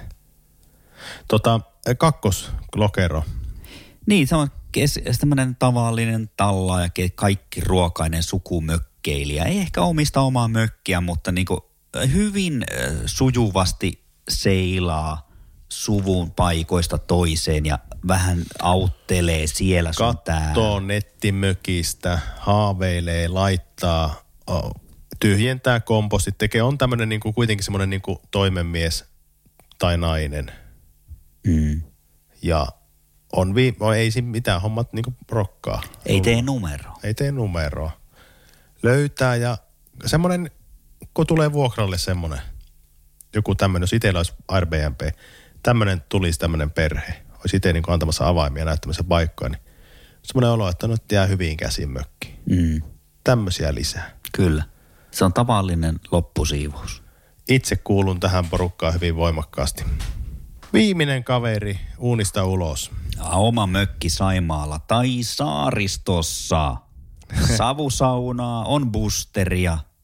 S4: 2.
S5: Niin, se on tämmöinen tavallinen talla ja kaikki ruokainen sukumökkeilijä. Ei ehkä omista omaa mökkiä, mutta niin kuin hyvin sujuvasti seilaa suvun paikoista toiseen ja vähän auttelee siellä sun täällä.
S4: Kattoo nettimökistä, haaveilee, laittaa, tyhjentää kompostit, on tämmöinen niin kuin kuitenkin semmoinen niin kuin toimenmies tai nainen.
S5: Mm.
S4: Ja ei siinä mitään, hommat niinku rokkaa.
S5: Ei tee numeroa. Löytää ja semmoinen, kun tulee vuokralle semmoinen, joku tämmöinen, jos itsellä olisi Airbnb, tulisi tämmöinen perhe, olisi itse niin antamassa avaimia näyttämässä paikkaa, niin semmoinen olo, että nyt jää hyviin käsiin mökkiin. Mm.
S4: Tämmöisiä lisää.
S5: Kyllä. Se on tavallinen loppusiivous.
S4: Itse kuulun tähän porukkaan hyvin voimakkaasti. Viimeinen kaveri uunista ulos.
S5: Oma mökki Saimaalla tai saaristossa. Savusaunaa, on boosteria,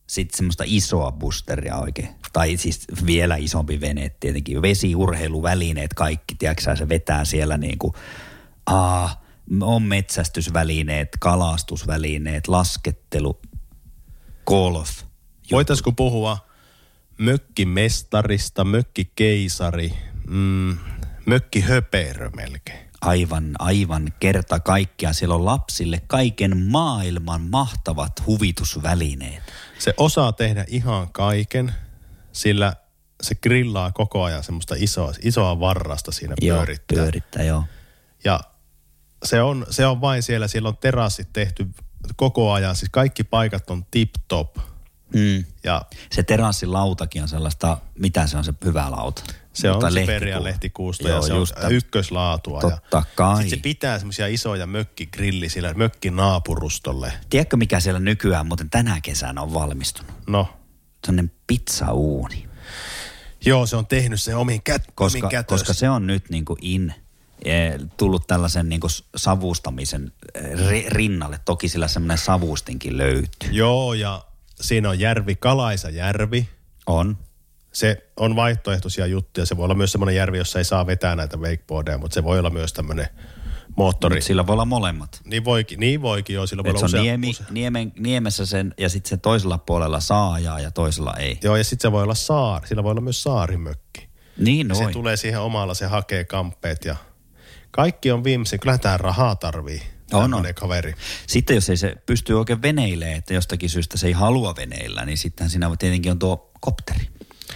S5: sitten semmoista isoa boosteria oikein. Tai siis vielä isompi vene tietenkin. Vesiurheiluvälineet kaikki, tiedätkö se vetää siellä niin kuin, on metsästysvälineet, kalastusvälineet, laskettelu, golf.
S4: Voitaisiko puhua mökkimestarista, mökkikeisari, mökkihöperö melkein?
S5: Aivan kerta kaikkiaan. Siellä on lapsille kaiken maailman mahtavat huvitusvälineet.
S4: Se osaa tehdä ihan kaiken, sillä se grillaa koko ajan semmoista isoa varrasta siinä pyörittää.
S5: Joo.
S4: Ja se on vain siellä on terassit tehty koko ajan, siis kaikki paikat on tip-top. Ja
S5: se terassilautakin on sellaista, mitä se on se hyvä lauta?
S4: Se on se Perian lehtikuusto ja se on ykköslaatua.
S5: Totta kai.
S4: Sitten se pitää semmoisia isoja mökkigrilli sillä mökkinaapurustolle.
S5: Tiedätkö mikä siellä nykyään muuten tänä kesänä on valmistunut?
S4: No?
S5: Sellainen pizzauuni.
S4: Joo, se on tehnyt se omin
S5: koska se on nyt niin kuin tullut tällaisen niin kuin savustamisen rinnalle. Toki sillä semmoinen savustinkin löytyy.
S4: Joo, ja siinä on järvi, Kalaisa järvi.
S5: On.
S4: Se on vaihtoehtoisia juttuja. Se voi olla myös semmoinen järvi, jossa ei saa vetää näitä wakeboardeja, mutta se voi olla myös tämmöinen moottori.
S5: Mutta sillä voi olla molemmat.
S4: Niin voikin joo. Sillä voi olla
S5: se on niemessä sen ja sitten se toisella puolella saa ajaa ja toisella ei.
S4: Joo, ja sitten se voi olla sillä voi olla myös saarimökki.
S5: Niin
S4: se tulee siihen omalla, se hakee kamppeet ja kaikki on viimeisen. Kyllähän tämä rahaa tarvii.
S5: On.
S4: Kaveri.
S5: Sitten jos ei se pysty oikein veneilemään, että jostakin syystä se ei halua veneillä, niin sittenhän siinä tietenkin on tuo kopteri.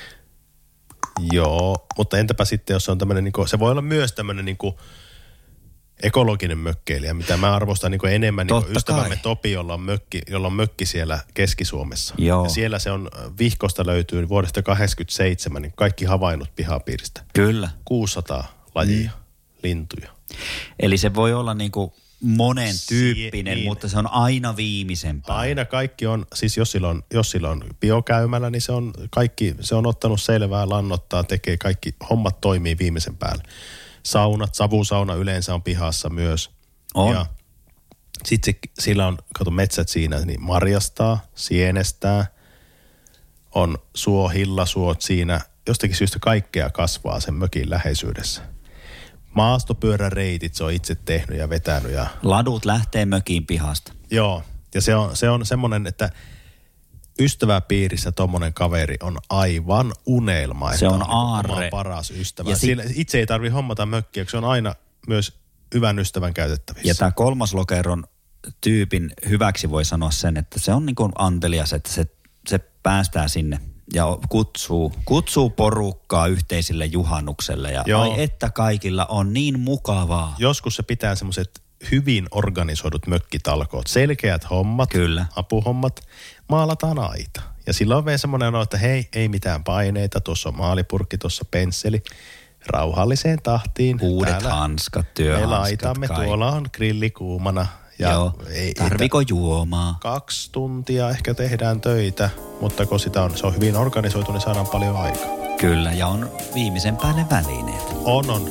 S4: Joo, mutta entäpä sitten, jos se on tämmöinen, niin se voi olla myös tämmöinen niin ekologinen mökkeilijä, mitä mä arvostan niin enemmän niin ystävämme Topi, jolla on mökki siellä Keski-Suomessa.
S5: Joo.
S4: Ja siellä se on, Vihkosta löytyy vuodesta 1987, niin kaikki havainnut pihapiiristä.
S5: Kyllä.
S4: 600 lajia, lintuja.
S5: Eli se voi olla niin kuin monen tyyppinen, niin. Mutta se on aina viimeisempää.
S4: Aina kaikki on, siis jos sillä on biokäymällä, niin se on ottanut selvää, lannottaa, tekee kaikki, hommat toimii viimeisen päälle. Saunat, savusauna yleensä on pihassa myös.
S5: On.
S4: Ja sitten sillä on, kato metsät siinä, niin marjastaa, sienestää, on hillasuot siinä, jostakin syystä kaikkea kasvaa sen mökin läheisyydessä. Maastopyöräreitit se on itse tehnyt ja vetänyt. Ja
S5: ladut lähtee mökiin pihasta.
S4: Joo, ja se on semmoinen, että ystäväpiirissä tommonen kaveri on aivan unelma.
S5: Se on aarre.
S4: Oma paras ystävä. Itse ei tarvitse hommata mökkiä, se on aina myös hyvän ystävän käytettävissä.
S5: Ja tämä kolmaslokeron tyypin hyväksi voi sanoa sen, että se on niin kuin antelias, että se päästää sinne ja kutsuu porukkaa yhteisille juhannukselle ja että kaikilla on niin mukavaa.
S4: Joskus se pitää semmoiset hyvin organisoidut mökkitalkoot, selkeät hommat,
S5: kyllä,
S4: apuhommat, maalataan aita. Ja silloin on vielä semmoinen olo, että hei, ei mitään paineita, tuossa on maalipurkki, tuossa pensseli, rauhalliseen tahtiin.
S5: Uudet hanskat, työhanskat,
S4: me laitamme, tuolla on grilli kuumana. Ja
S5: joo, tarviko juomaa?
S4: 2 tuntia ehkä tehdään töitä, mutta kun se on hyvin organisoitu, niin saadaan paljon aikaa.
S5: Kyllä, ja on viimeisen päälle välineet.
S4: On.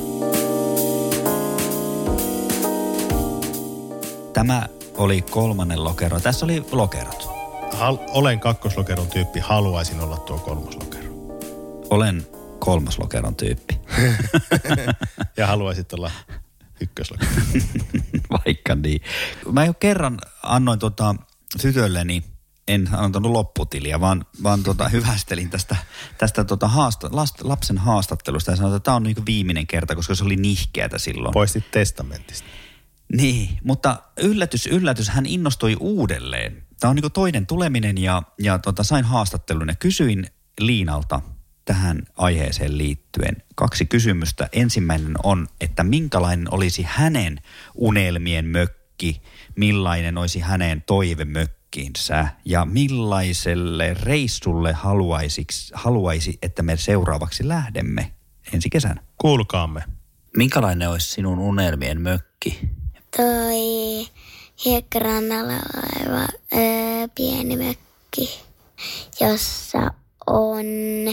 S5: Tämä oli 3. lokero. Tässä oli lokerot.
S4: Olen 2-lokeron tyyppi, haluaisin olla tuo 3. lokero.
S5: Olen 3. lokeron tyyppi.
S4: Ja haluaisit olla 1. lokero.
S5: Vaikka niin. Mä jo kerran annoin tytölleni, en antanut lopputiliä, vaan hyvästelin tästä lapsen haastattelusta ja sanoin, että tämä on niin kuin viimeinen kerta, koska se oli nihkeätä silloin.
S4: Poistit testamentista.
S5: Niin, mutta yllätys, hän innostui uudelleen. Tämä on niin kuin toinen tuleminen ja sain haastattelun ja kysyin Liinalta tähän aiheeseen liittyen 2 kysymystä. Ensimmäinen on, että minkälainen olisi hänen unelmien mökki, millainen olisi hänen toivemökkinsä ja millaiselle reissulle haluaisi, että me seuraavaksi lähdemme ensi kesänä.
S4: Kuulkaamme.
S5: Minkälainen olisi sinun unelmien mökki?
S6: Toi hiekkarannalla oleva pieni mökki, jossa on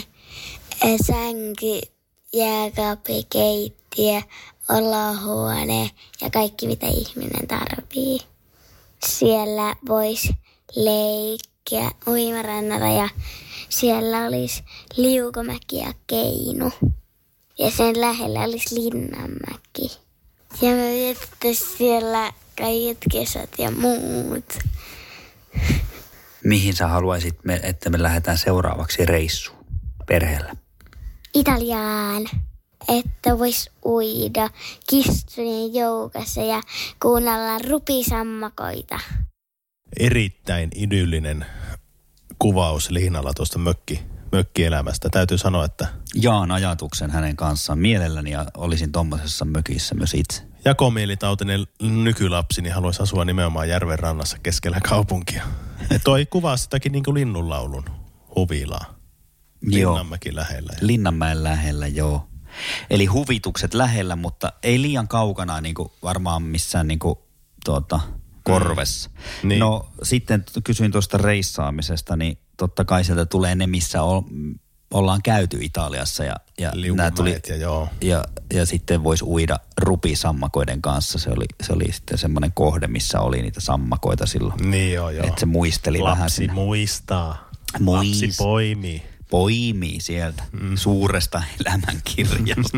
S6: sänky, jääkaappi, keittiö, olohuone ja kaikki mitä ihminen tarvii. Siellä voisi leikkiä leikkiä uimarannalla ja siellä olisi Liukomäki ja Keinu. Ja sen lähellä olisi Linnanmäki. Ja me vietettäisiin siellä kaiket kesät ja muut.
S5: Mihin sä haluaisit, että me lähdetään seuraavaksi reissuun perheellä?
S6: Italiaan, että vois uida kissojen joukossa ja kuunnella rupisammakoita.
S4: Erittäin idyllinen kuvaus Liinalla tuosta mökkielämästä. Täytyy sanoa, että...
S5: Jaan ajatuksen hänen kanssaan mielelläni ja olisin tommosessa mökissä myös itse.
S4: Jakomielitautinen nykylapsi niin haluaisi asua nimenomaan järven rannassa keskellä kaupunkia. Ja toi kuvaa sitäkin niin kuin linnunlaulun huvilaa. Linnanmäki lähellä.
S5: Linnanmäen lähellä, joo. Eli huvitukset lähellä, mutta ei liian kaukana niin kuin varmaan missään niin kuin, korvessa.
S4: Niin.
S5: No sitten kysyin tuosta reissaamisesta, niin totta kai sieltä tulee ne, missä ollaan käyty Italiassa. Ja nämä tuli, ja sitten voisi uida rupisammakoiden kanssa. Se oli sitten semmoinen kohde, missä oli niitä sammakoita silloin.
S4: Niin joo.
S5: Että se muisteli vähän.
S4: Lapsi muistaa. Lapsi poimii.
S5: Poimii sieltä suuresta elämänkirjasta.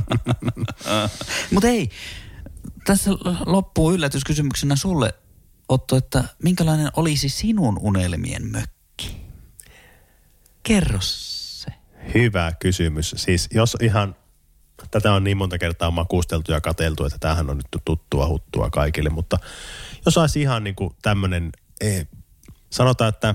S5: Mutta hei, tässä loppuu yllätyskysymyksenä sulle, Otto, että minkälainen olisi sinun unelmien mökki? Kerro se.
S4: Hyvä kysymys. Siis jos ihan, tätä on niin monta kertaa makusteltu ja katseltu, että tämähän on nyt tuttua huttua kaikille, mutta jos olisi ihan niin kuin tämmöinen, sanotaan, että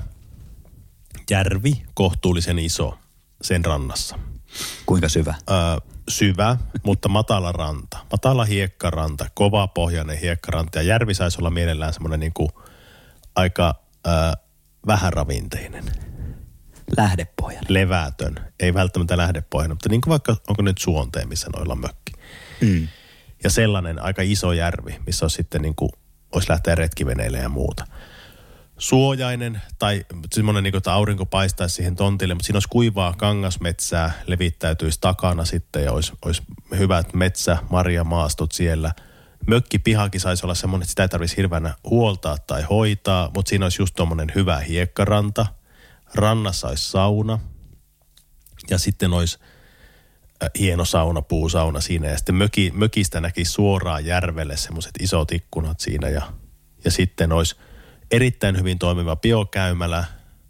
S4: järvi kohtuullisen iso sen rannassa.
S5: Kuinka syvä?
S4: Syvä, mutta matala ranta. Matala hiekkaranta, kovapohjainen hiekkaranta ja järvi saisi olla mielellään semmoinen niin kuin aika vähäravinteinen.
S5: Lähdepohjainen.
S4: Levätön. Ei välttämättä lähdepohjainen, mutta niin kuin vaikka onko nyt Suonteen, missä noilla mökki. Ja sellainen aika iso järvi, missä olisi sitten niin kuin, olisi lähteä retkiveneille ja muuta. Suojainen tai semmoinen, niin kuin, että aurinko paistaisi siihen tontille, mutta siinä olisi kuivaa kangasmetsää, levittäytyisi takana sitten ja olisi hyvät marjamaastot siellä. Mökkipihakin saisi olla semmoinen, että sitä ei tarvitsisi hirveänä huoltaa tai hoitaa, mutta siinä olisi just tommoinen hyvä hiekkaranta. Rannassa olisi sauna ja sitten olisi hieno sauna, puusauna siinä ja sitten mökistä näkisi suoraan järvelle semmoiset isot ikkunat siinä ja sitten olisi erittäin hyvin toimiva biokäymälä,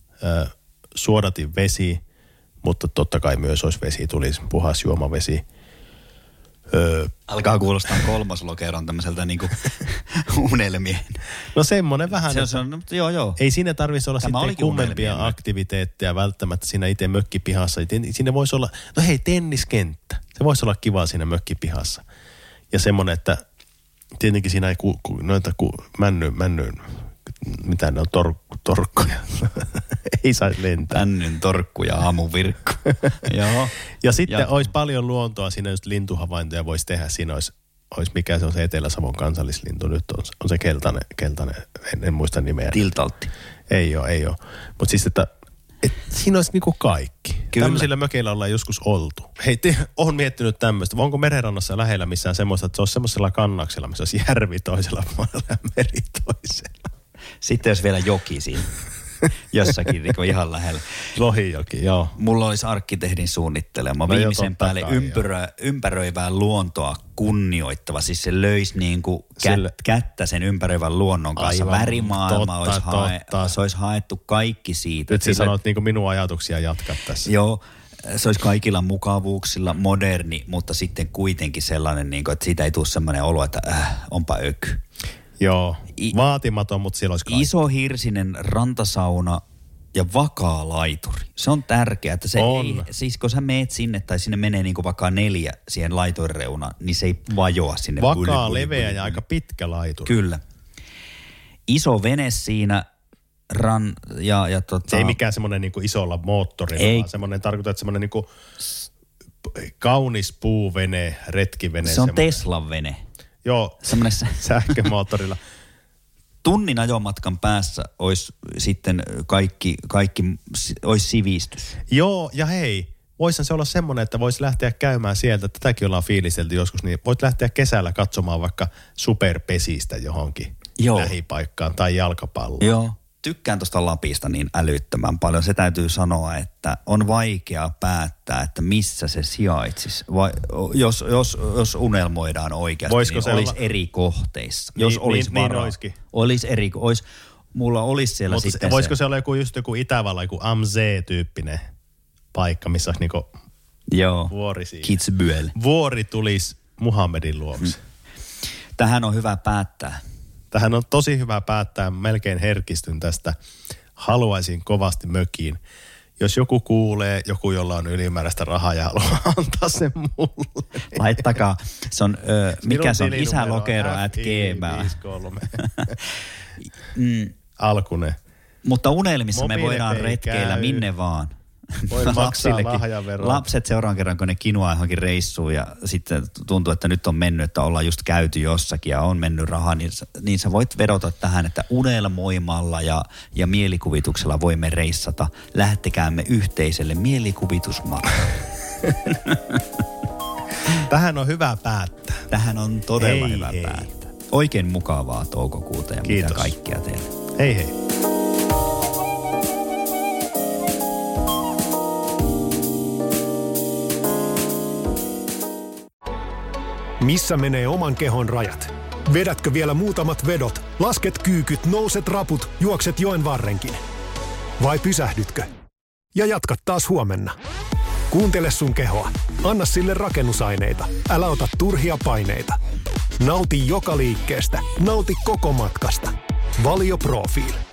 S4: suodatin vesi, mutta totta kai myös olisi vesi, tulisi puhas juomavesi.
S5: Alkaa kuulostaa kolmoslokeron tämmöiseltä niinku unelmien.
S4: No semmoinen vähän.
S5: Joo.
S4: Ei siinä tarvitsisi olla tämä sitten kummempia aktiviteetteja välttämättä siinä itse mökkipihassa. Siinä voisi olla, no hei, tenniskenttä. Se voisi olla kiva siinä mökkipihassa. Ja semmoinen, että tietenkin siinä ei noita männyn mitä ne on, torkkuja. Ei saisi lentää.
S5: Männyn torkku ja aamuvirkku. Joo.
S4: Ja sitten olisi paljon luontoa, siinä just lintuhavaintoja voisi tehdä. Siinä olisi mikä se on se Etelä-Savon kansallislintu. Nyt on se keltainen, en muista nimeä.
S5: Tiltaltti.
S4: Ei ole. Mutta siis, että siinä olisi niinku kaikki. Kyllä. Tämmöisillä mökeillä ollaan joskus oltu. Hei, olen miettinyt tämmöistä. Onko merenrannassa lähellä missään semmoista, että se olisi semmoisella kannaksella, missä olisi järvi toisella puolella ja meri toisella.
S5: Sitten jos vielä joki siinä. Jossakin niin ihan lähellä.
S4: Lohijoki, joo.
S5: Mulla olisi arkkitehdin suunnittelema viimeisen päälle ympäröivää luontoa kunnioittava. Siis se löisi niin kuin kättä sen ympäröivän luonnon kanssa. Aivan, värimaailma olisi haettu kaikki siitä.
S4: Nyt sä sanot niin kuin minun ajatuksia jatkaa tässä.
S5: Joo, se olisi kaikilla mukavuuksilla moderni, mutta sitten kuitenkin sellainen, niin kuin, että siitä ei tule sellainen olo, että onpa öky.
S4: Joo, vaatimaton, mutta siellä olisi kaikki.
S5: Iso hirsinen rantasauna ja vakaa laituri. Se on tärkeää, että se ei, siis kun sä meet sinne tai sinne menee niin kuin vaikka 4 siihen laiturireunaan, niin se ei vajoa sinne.
S4: Vakaa, leveä ja aika pitkä laituri.
S5: Kyllä. Iso vene siinä
S4: Se ei mikään semmoinen niin kuin isolla moottorilla, vaan semmoinen tarkoittaa, että semmoinen niin kuin kaunis puuvene, retkivene.
S5: Se on Teslan vene.
S4: Joo, sähkömoottorilla.
S5: Tunnin ajomatkan päässä olisi sitten kaikki olisi sivistys.
S4: Joo, ja hei, voisihan se olla semmoinen, että voisi lähteä käymään sieltä, tätäkin ollaan fiilistelty joskus, niin voit lähteä kesällä katsomaan vaikka superpesistä johonkin lähipaikkaan tai jalkapalloon.
S5: Joo. tykkään tuosta Lapista niin älyttömän paljon. Se täytyy sanoa, että on vaikea päättää, että missä se sijaitsisi. Vai, jos unelmoidaan oikeasti, voisiko niin olisi eri kohteissa. Jos olisi varaa. Mulla olisi siellä mutta sitten
S4: voisiko se olla joku Itävallan, joku AMZ-tyyppinen paikka, missä olisi niinku vuori siinä.
S5: Kitzbühel.
S4: Vuori tulisi Muhammedin luokse.
S5: Tähän on hyvä päättää.
S4: Tähän on tosi hyvä päättää. Melkein herkistyn tästä. Haluaisin kovasti mökiin. Jos joku kuulee, joku jolla on ylimääräistä rahaa ja haluaa antaa sen mulle.
S5: Laittakaa. Se on, mikä se on? Isälokero@gmail.
S4: Alkunen.
S5: Mutta unelmissa me voidaan retkeillä minne vaan.
S4: Voi maksaa lahjaveroa.
S5: Lapset seuraavan kerran, kun ne kinoaa johonkin reissuun ja sitten tuntuu, että nyt on mennyt, että ollaan just käyty jossakin ja on mennyt rahaa, niin sä voit vedota tähän, että unelmoimalla ja mielikuvituksella voimme reissata. Lähtekäämme yhteiselle mielikuvitusmatkalle.
S4: Tähän on hyvä päättää.
S5: Tähän on todella hyvä päättää. Oikein mukavaa toukokuuta ja
S4: kiitos.
S5: Mitä kaikkea teille.
S4: Hei hei.
S7: Missä menee oman kehon rajat? Vedätkö vielä muutamat vedot, lasket kyykyt, nouset raput, juokset joen varrenkin? Vai pysähdytkö? Ja jatkat taas huomenna. Kuuntele sun kehoa. Anna sille rakennusaineita. Älä ota turhia paineita. Nauti joka liikkeestä. Nauti koko matkasta. Valio Profiil.